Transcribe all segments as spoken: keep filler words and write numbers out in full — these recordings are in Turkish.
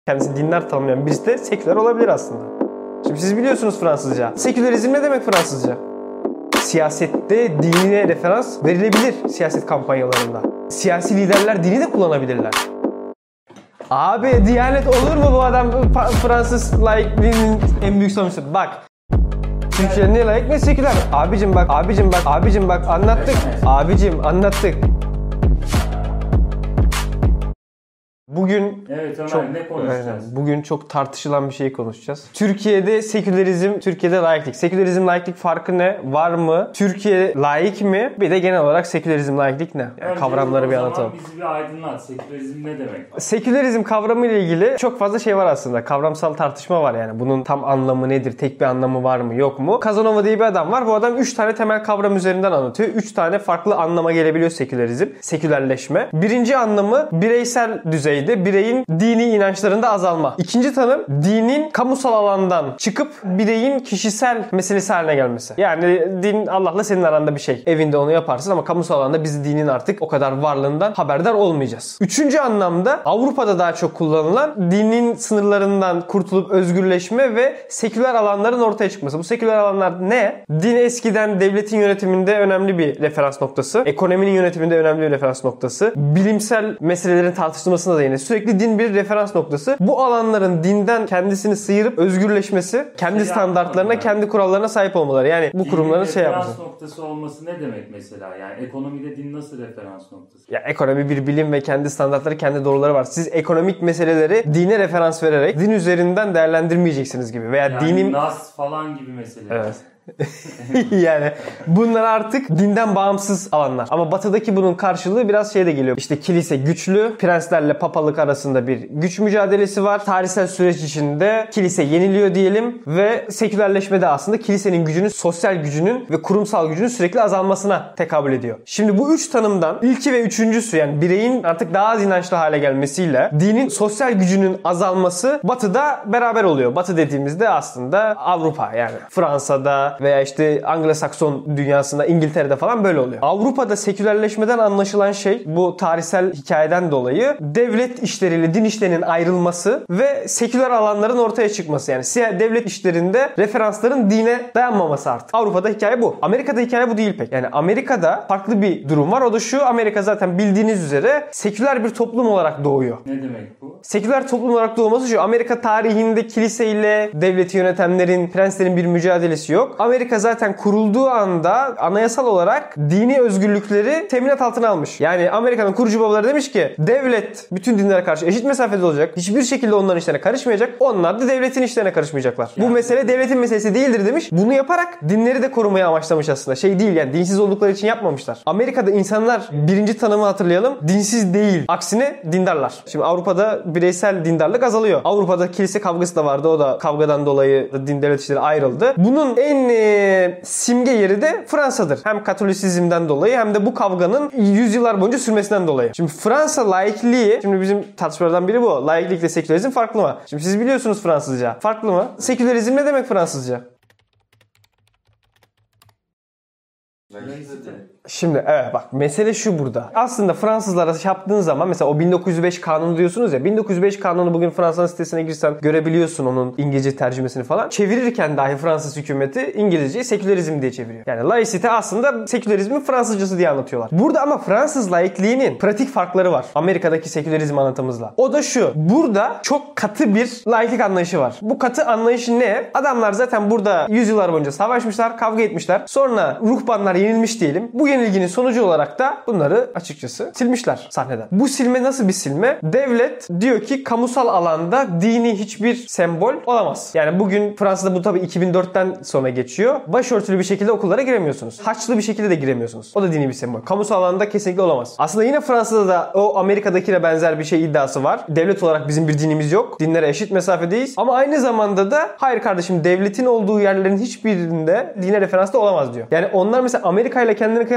kendisi dinler tanımlayan birisi de seküler olabilir aslında. Şimdi siz biliyorsunuz Fransızca. Sekülerizm ne demek Fransızca? Siyasette dinine referans verilebilir siyaset kampanyalarında. Siyasi liderler dini de kullanabilirler. Abi Diyanet olur mu bu adam Fransız laikliğinin en büyük savunucusu? Bak. Türkiye ne laik ne seküler? Abicim bak, abicim bak, abicim bak anlattık. Abicim anlattık. Bugün evet, Ömer, çok ne konuşacağız? Evet, bugün çok tartışılan bir şey konuşacağız. Türkiye'de sekülerizm, Türkiye'de laiklik. Sekülerizm laiklik farkı ne? Var mı? Türkiye laik mi? Bir de genel olarak sekülerizm laiklik ne? Yani kavramları bir anlatalım. Bizi bir aydınlat. Sekülerizm ne demek? Sekülerizm kavramı ile ilgili çok fazla şey var aslında. Kavramsal tartışma var yani. Bunun tam anlamı nedir? Tek bir anlamı var mı? Yok mu? Casanova diye bir adam var. Bu adam üç tane temel kavram üzerinden anlatıyor. üç tane farklı anlama gelebiliyor sekülerizm. Sekülerleşme. Birinci anlamı bireysel düzeyde bireyin dini inançlarında azalma. İkinci tanım dinin kamusal alandan çıkıp bireyin kişisel meselesi haline gelmesi. Yani din Allah'la senin aranda bir şey. Evinde onu yaparsın ama kamusal alanda biz dinin artık o kadar varlığından haberdar olmayacağız. Üçüncü anlamda Avrupa'da daha çok kullanılan dinin sınırlarından kurtulup özgürleşme ve seküler alanların ortaya çıkması. Bu seküler alanlar ne? Din eskiden devletin yönetiminde önemli bir referans noktası. Ekonominin yönetiminde önemli bir referans noktası. Bilimsel meselelerin tartışılmasında da yine sürekli din bir referans noktası. Bu alanların dinden kendisini sıyırıp özgürleşmesi, kendi şey standartlarına, kendi kurallarına sahip olmaları. Yani bu kurumların şey yapması. Referans noktası olması ne demek mesela? Yani ekonomide din nasıl referans noktası? Ya ekonomi bir bilim ve kendi standartları, kendi doğruları var. Siz ekonomik meseleleri dine referans vererek din üzerinden değerlendirmeyeceksiniz gibi veya yani dinin nas falan gibi meseleler. Evet. Yani bunlar artık dinden bağımsız alanlar. Ama batıdaki bunun karşılığı biraz şeye de geliyor. İşte kilise güçlü, prenslerle papalık arasında bir güç mücadelesi var. Tarihsel süreç içinde kilise yeniliyor diyelim ve sekülerleşme de aslında kilisenin gücünün, sosyal gücünün ve kurumsal gücünün sürekli azalmasına tekabül ediyor. Şimdi bu üç tanımdan ilki ve üçüncüsü yani bireyin artık daha az inançlı hale gelmesiyle dinin sosyal gücünün azalması batıda beraber oluyor. Batı dediğimizde aslında Avrupa yani Fransa'da veya işte Anglo-Sakson dünyasında İngiltere'de falan böyle oluyor. Avrupa'da sekülerleşmeden anlaşılan şey bu tarihsel hikayeden dolayı devlet işleriyle din işlerinin ayrılması ve seküler alanların ortaya çıkması. Yani devlet işlerinde referansların dine dayanmaması artık. Avrupa'da hikaye bu. Amerika'da hikaye bu değil pek. Yani Amerika'da farklı bir durum var. O da şu: Amerika zaten bildiğiniz üzere seküler bir toplum olarak doğuyor. Ne demek bu? Seküler toplum olarak doğması şu: Amerika tarihinde kiliseyle devleti yönetenlerin, prenslerin bir mücadelesi yok. Amerika zaten kurulduğu anda anayasal olarak dini özgürlükleri teminat altına almış. Yani Amerika'nın kurucu babaları demiş ki devlet bütün dinlere karşı eşit mesafede olacak. Hiçbir şekilde onların işlerine karışmayacak. Onlar da devletin işlerine karışmayacaklar. Yani. Bu mesele devletin meselesi değildir demiş. Bunu yaparak dinleri de korumaya amaçlamış aslında. Şey değil yani dinsiz oldukları için yapmamışlar. Amerika'da insanlar birinci tanımı hatırlayalım. Dinsiz değil. Aksine dindarlar. Şimdi Avrupa'da bireysel dindarlık azalıyor. Avrupa'da kilise kavgası da vardı. O da kavgadan dolayı din devlet işleri ayrıldı. Bunun en e, simge yeri de Fransa'dır. Hem Katolisizmden dolayı hem de bu kavganın yüzyıllar boyunca sürmesinden dolayı. Şimdi Fransa laikliği, şimdi bizim tartışmalardan biri bu. Laiklikle sekülerizm farklı mı? Şimdi siz biliyorsunuz Fransızca. Farklı mı? Sekülerizm ne demek Fransızca? Şimdi evet bak mesele şu burada. Aslında Fransızlara yaptığın zaman mesela o bin dokuz yüz beş kanunu diyorsunuz ya. bin dokuz yüz beş kanunu bugün Fransa'nın sitesine girsen görebiliyorsun onun İngilizce tercümesini falan. Çevirirken dahi Fransız hükümeti İngilizceyi sekülerizm diye çeviriyor. Yani laicite aslında sekülerizmin Fransızcası diye anlatıyorlar. Burada ama Fransız laikliğinin pratik farkları var. Amerika'daki sekülerizm anlatımızla. O da şu: burada çok katı bir laiklik anlayışı var. Bu katı anlayışı ne? Adamlar zaten burada yüzyıllar boyunca savaşmışlar, kavga etmişler. Sonra ruhbanlar yenilmiş diyelim. Bu yenilginin sonucu olarak da bunları açıkçası silmişler sahneden. Bu silme nasıl bir silme? Devlet diyor ki kamusal alanda dini hiçbir sembol olamaz. Yani bugün Fransa'da bu tabii iki bin dörtten sonra geçiyor. Başörtülü bir şekilde okullara giremiyorsunuz. Haçlı bir şekilde de giremiyorsunuz. O da dini bir sembol. Kamusal alanda kesinlikle olamaz. Aslında yine Fransa'da da o Amerika'dakine benzer bir şey iddiası var. Devlet olarak bizim bir dinimiz yok. Dinlere eşit mesafedeyiz. Ama aynı zamanda da hayır kardeşim devletin olduğu yerlerin hiçbirinde dine referans da olamaz diyor. Yani onlar mesela Amerika ile kendini kıyasladığında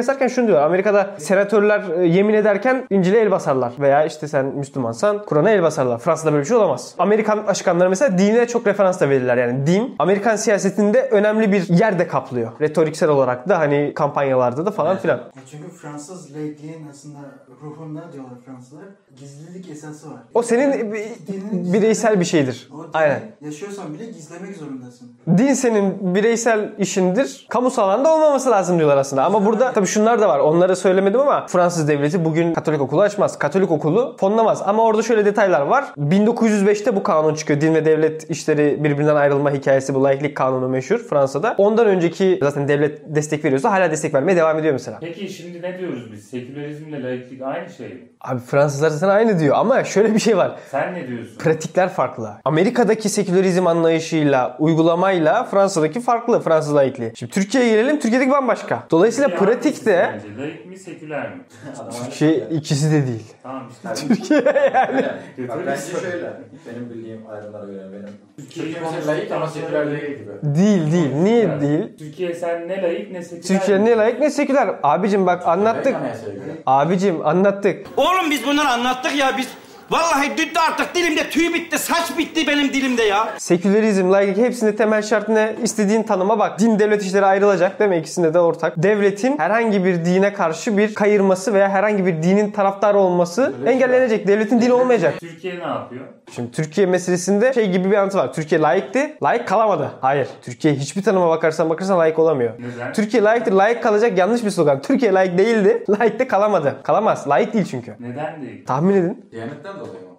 kıyaslarken şunu diyorlar. Amerika'da senatörler e, yemin ederken İncil'e el basarlar. Veya işte sen Müslümansan Kur'an'a el basarlar. Fransa'da böyle bir şey olamaz. Amerikan başkanları mesela dine çok referans da verirler. Yani din Amerikan siyasetinde önemli bir yer de kaplıyor. Retoriksel olarak da hani kampanyalarda da falan Evet. filan. Ya çünkü Fransız laikliğin aslında ruhunda diyorlar Fransızlar, gizlilik esası var. O senin Yani bi- dinin bireysel bir şeydir. O dini Aynen. yaşıyorsan bile gizlemek zorundasın. Din senin bireysel işindir. Kamusal alanda olmaması lazım diyorlar aslında. Ama burada tabii şunlar da var. Onları söylemedim ama Fransız devleti bugün Katolik okulu açmaz. Katolik okulu fonlamaz. Ama orada şöyle detaylar var. bin dokuz yüz beşte bu kanun çıkıyor. Din ve devlet işleri birbirinden ayrılma hikayesi, bu laiklik kanunu meşhur Fransa'da. Ondan önceki zaten devlet destek veriyorsa hala destek vermeye devam ediyor mesela. Peki şimdi ne diyoruz biz? Sekülerizmle laiklik aynı şey mi? Abi Fransızlar zaten aynı diyor ama şöyle bir şey var. Sen ne diyorsun? Pratikler farklı. Amerika'daki sekülerizm anlayışıyla, uygulamayla Fransa'daki farklı, Fransız laikliği. Şimdi Türkiye'ye gelelim, Türkiye'deki bambaşka. Dolayısıyla Ya pratikte hangisi sence? Laik mi seküler mi? şey ikisi de değil. Tamam işte. Türkiye yani. Bak bence şöyle. Benim bildiğim ayrımlara göre benim. Türkiye mesela laik ama seküler değil gibi. Değil değil. Niye Yani değil? Türkiye sen ne laik ne seküler. Türkiye ne layık ne seküler. Abicim bak anlattık. Laik anayasaya göre. Abicim anlattık. Oğlum biz bunları anlattık ya biz. Vallahi düttü artık dilimde tüy bitti, saç bitti benim dilimde ya. Sekülerizm, laiklik hepsinde temel şart ne? İstediğin tanıma bak. Din devlet işleri ayrılacak değil mi? İkisinde de ortak. Devletin herhangi bir dine karşı bir kayırması veya herhangi bir dinin taraftarı olması engellenecek. Devletin dini olmayacak. Türkiye ne yapıyor? Şimdi Türkiye meselesinde şey gibi bir anlatı var. Türkiye layıktı, layık kalamadı. Hayır. Türkiye hiçbir tanıma bakarsan bakarsan layık olamıyor. Neden? Türkiye layıktır, layık kalacak yanlış bir slogan. Türkiye layık değildi, layık da kalamadı. Kalamaz. Layık değil çünkü. Neden değil? Tahmin edin. Diyanetten dolayı mı?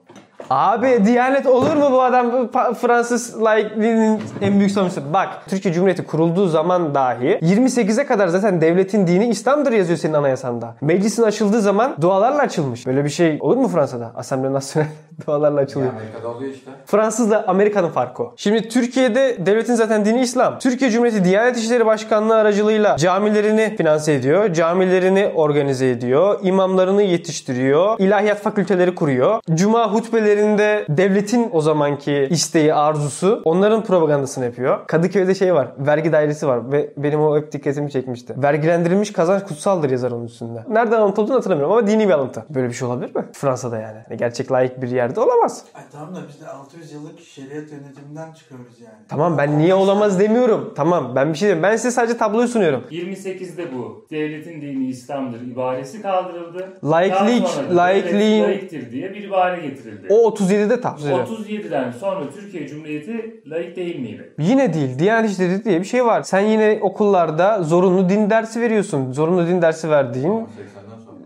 Abi Diyanet olur mu bu adam? Pa- Fransız laikliğinin en büyük savunucusu. Bak Türkiye Cumhuriyeti kurulduğu zaman dahi yirmi sekize kadar zaten devletin dini İslam'dır yazıyor senin anayasanda. Meclisin açıldığı zaman dualarla açılmış. Böyle bir şey olur mu Fransa'da? Assemblée Nationale dualarla açılıyor. Ya Amerika'da oluyor işte. Fransızla Amerika'nın farkı o. Şimdi Türkiye'de devletin zaten dini İslam. Türkiye Cumhuriyeti Diyanet İşleri Başkanlığı aracılığıyla camilerini finanse ediyor. Camilerini organize ediyor. İmamlarını yetiştiriyor. İlahiyat fakülteleri kuruyor. Cuma hutbelerinde devletin o zamanki isteği, arzusu onların propagandasını yapıyor. Kadıköy'de şey var. Vergi dairesi var ve benim o hep dikkatimi çekmişti. Vergilendirilmiş kazanç kutsaldır yazar onun üstünde. Nereden alıntı olduğunu hatırlamıyorum ama dini bir alıntı. Böyle bir şey olabilir mi? Fransa'da yani. Gerçek layık bir yerde olamaz. Ay tamam da biz de altı yüz yıllık şeriat yönetiminden çıkıyoruz yani. Tamam ben niye olamaz demiyorum. Tamam ben bir şey demiyorum. Ben size sadece tabloyu sunuyorum. yirmi sekizde bu devletin dini İslam'dır ibaresi kaldırıldı. Laiklik, Daha sonra da laikliğin- devlet laiktir diye bir ibare getirildi. O otuz yedide tam. otuz yediden sonra Türkiye Cumhuriyeti laik değil miydi? Yine değil. Diyanet İşleri diye bir şey var. Sen yine okullarda zorunlu din dersi veriyorsun. Zorunlu din dersi verdiğin seksenden sonra.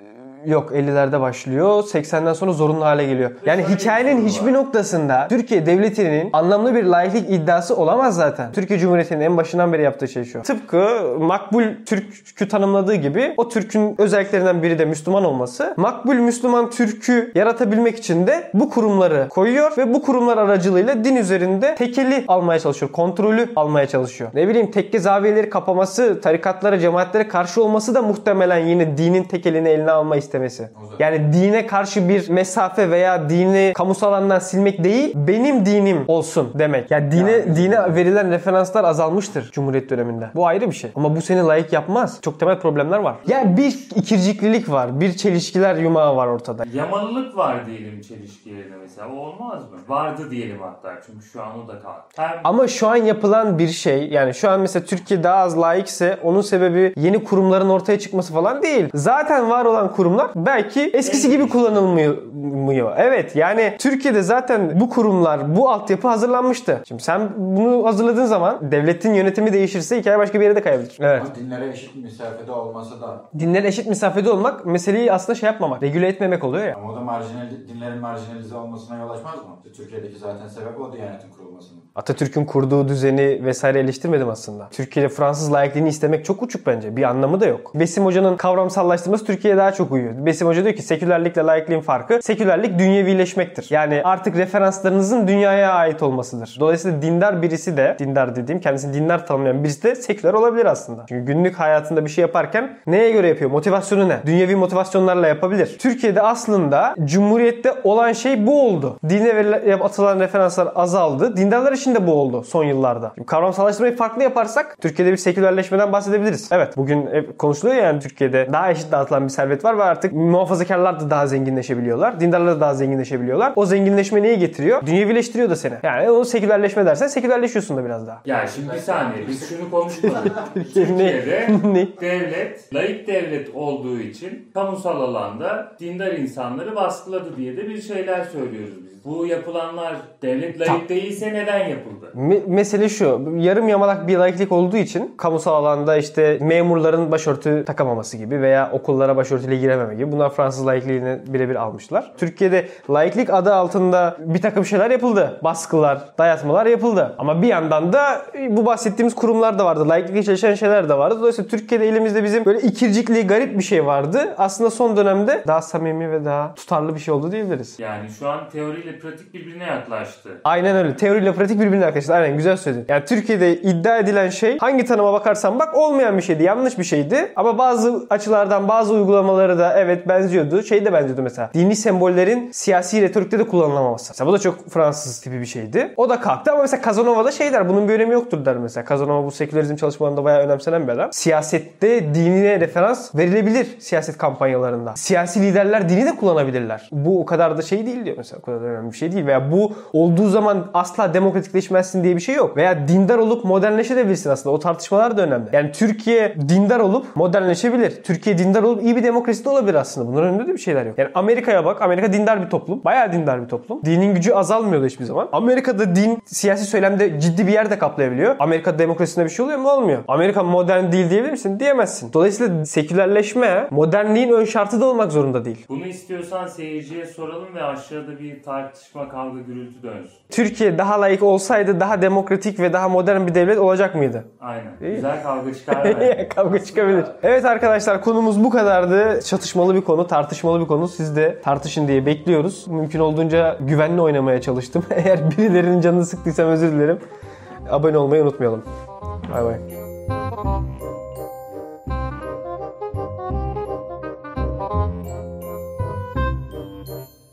yok ellilerde başlıyor. seksenden sonra zorunlu hale geliyor. Yani Şöyle bir hikayenin sorun hiçbir var. noktasında Türkiye Devleti'nin anlamlı bir laiklik iddiası olamaz zaten. Türkiye Cumhuriyeti'nin en başından beri yaptığı şey şu. Tıpkı makbul Türk'ü tanımladığı gibi o Türk'ün özelliklerinden biri de Müslüman olması. Makbul Müslüman Türk'ü yaratabilmek için de bu kurumları koyuyor ve bu kurumlar aracılığıyla din üzerinde tekeli almaya çalışıyor. Kontrolü almaya çalışıyor. Ne bileyim tekke zaviyeleri kapaması, tarikatlara, cemaatlere karşı olması da muhtemelen yine dinin tekelini eline alma istemesi. Yani dine karşı bir mesafe veya dini kamusal alandan silmek değil, benim dinim olsun demek. Yani dine Yani- dine verilen referanslar azalmıştır Cumhuriyet döneminde. Bu ayrı bir şey. Ama bu seni layık yapmaz. Çok temel problemler var. Yani bir ikirciklilik var. Bir çelişkiler yumağı var ortada. Yamalılık var diyelim çelişki yerine mesela. O olmaz mı? Vardı diyelim hatta. Çünkü şu an o da kaldı. Hem Ama şu an yapılan bir şey, yani şu an mesela Türkiye daha az layıkse onun sebebi yeni kurumların ortaya çıkması falan değil. Zaten var olan kurumlar belki eskisi gibi kullanılmıyor. Evet yani Türkiye'de zaten bu kurumlar, bu altyapı hazırlanmıştı. Şimdi sen bunu hazırladığın zaman devletin yönetimi değişirse hikaye başka bir yere de kayabilir. Evet. Ama dinlere eşit mesafede olması da. Dinler eşit mesafede olmak meseleyi aslında şey yapmamak, regüle etmemek oluyor ya. Ama o da marjinal, dinlerin marjinalize olmasına yol açmaz mı? Türkiye'deki zaten sebep o Diyanet'in kurulmasının. Atatürk'ün kurduğu düzeni vesaire eleştirmedim aslında. Türkiye'de Fransız laikliğini istemek çok uçuk bence. Bir anlamı da yok. Besim Hoca'nın kavramsallaştırması Türkiye'ye daha çok uyuyor. koyuyor. Besim Hoca diyor ki sekülerlikle laikliğin farkı, sekülerlik dünyevileşmektir. Yani artık referanslarınızın dünyaya ait olmasıdır. Dolayısıyla dindar birisi de, dindar dediğim kendisini dindar tanımlayan birisi de seküler olabilir aslında. Çünkü günlük hayatında bir şey yaparken neye göre yapıyor? Motivasyonu ne? Dünyevi motivasyonlarla yapabilir. Türkiye'de aslında Cumhuriyet'te olan şey bu oldu. Dine verilen, atılan referanslar azaldı. Dindarlar için de bu oldu son yıllarda. Şimdi kavramsallaştırmayı farklı yaparsak Türkiye'de bir sekülerleşmeden bahsedebiliriz. Evet, bugün hep konuşuluyor ya, yani Türkiye'de daha eşit dağıtılan bir servet var ve artık muhafazakarlar da daha zenginleşebiliyorlar. Dindarlar da daha zenginleşebiliyorlar. O zenginleşme neyi getiriyor? Dünyevileştiriyor da seni. Yani onu sekülerleşme dersen sekülerleşiyorsun da biraz daha. Ya şimdi bir saniye, biz şunu konuşmadık. Ne? Türkiye'de Ne? devlet, laik devlet olduğu için kamusal alanda dindar insanları baskıladı diye de bir şeyler söylüyoruz biz. Bu yapılanlar devlet laik değilse neden yapıldı? Me- mesele şu, yarım yamalak bir laiklik olduğu için kamusal alanda işte memurların başörtü takamaması gibi veya okullara başörtüyle girememe gibi, bunlar Fransız laikliğini birebir almışlar. Türkiye'de laiklik adı altında bir takım şeyler yapıldı. Baskılar, dayatmalar yapıldı. Ama bir yandan da bu bahsettiğimiz kurumlar da vardı. Laiklikle çalışan şeyler de vardı. Dolayısıyla Türkiye'de elimizde bizim böyle ikircikli garip bir şey vardı. Aslında son dönemde daha samimi ve daha tutarlı bir şey oldu diyebiliriz. Yani şu an teoriyle pratik birbirine yaklaştı. Aynen öyle. Teoriyle pratik birbirine arkadaşlar. Aynen, güzel söyledin. Yani Türkiye'de iddia edilen şey hangi tanıma bakarsan bak olmayan bir şeydi. Yanlış bir şeydi. Ama bazı açılardan bazı uygulamaları da evet benziyordu. Şey de benziyordu mesela. Dini sembollerin siyasi retorikte de kullanılamaması. Mesela bu da çok Fransız tipi bir şeydi. O da kalktı ama mesela Casanova'da şey der. Bunun bir önemi yoktur der mesela. Casanova bu sekülerizm çalışmalarında bayağı önemsenen bir adam. Siyasette dinine referans verilebilir siyaset kampanyalarında. Siyasi liderler dini de kullanabilirler. Bu o kadar da şey değil diyor mesela. O kadar da önemli bir şey değil. Veya bu olduğu zaman asla demokratikleşmezsin diye bir şey yok. Veya dindar olup modernleşebilirsin aslında. O tartışmalar da önemli. Yani Türkiye dindar olup modernleşebilir. Türkiye dindar olup iyi bir demokrasi de olabilir aslında. Bunların önünde de bir şeyler yok. Yani Amerika'ya bak. Amerika dindar bir toplum. Bayağı dindar bir toplum. Dinin gücü azalmıyordu hiçbir zaman. Amerika'da din siyasi söylemde ciddi bir yerde kaplayabiliyor. Amerika demokrasisinde bir şey oluyor mu? Olmuyor. Amerika modern değil diyebilir misin? Diyemezsin. Dolayısıyla sekülerleşme modernliğin ön şartı da olmak zorunda değil. Bunu istiyorsan seyirciye soralım ve aşağıda bir tartışma, kavga, gürültü dönsün. Türkiye daha layık olsaydı daha demokratik ve daha modern bir devlet olacak mıydı? Aynen. İyi. Güzel kavga çıkar. Kavga çıkabilir. Evet arkadaşlar, konumuz bu kadardı. Çatışmalı bir konu, tartışmalı bir konu. Siz de tartışın diye bekliyoruz. Mümkün olduğunca güvenli oynamaya çalıştım. Eğer birilerinin canını sıktıysam özür dilerim. Abone olmayı unutmayalım. Bay bay.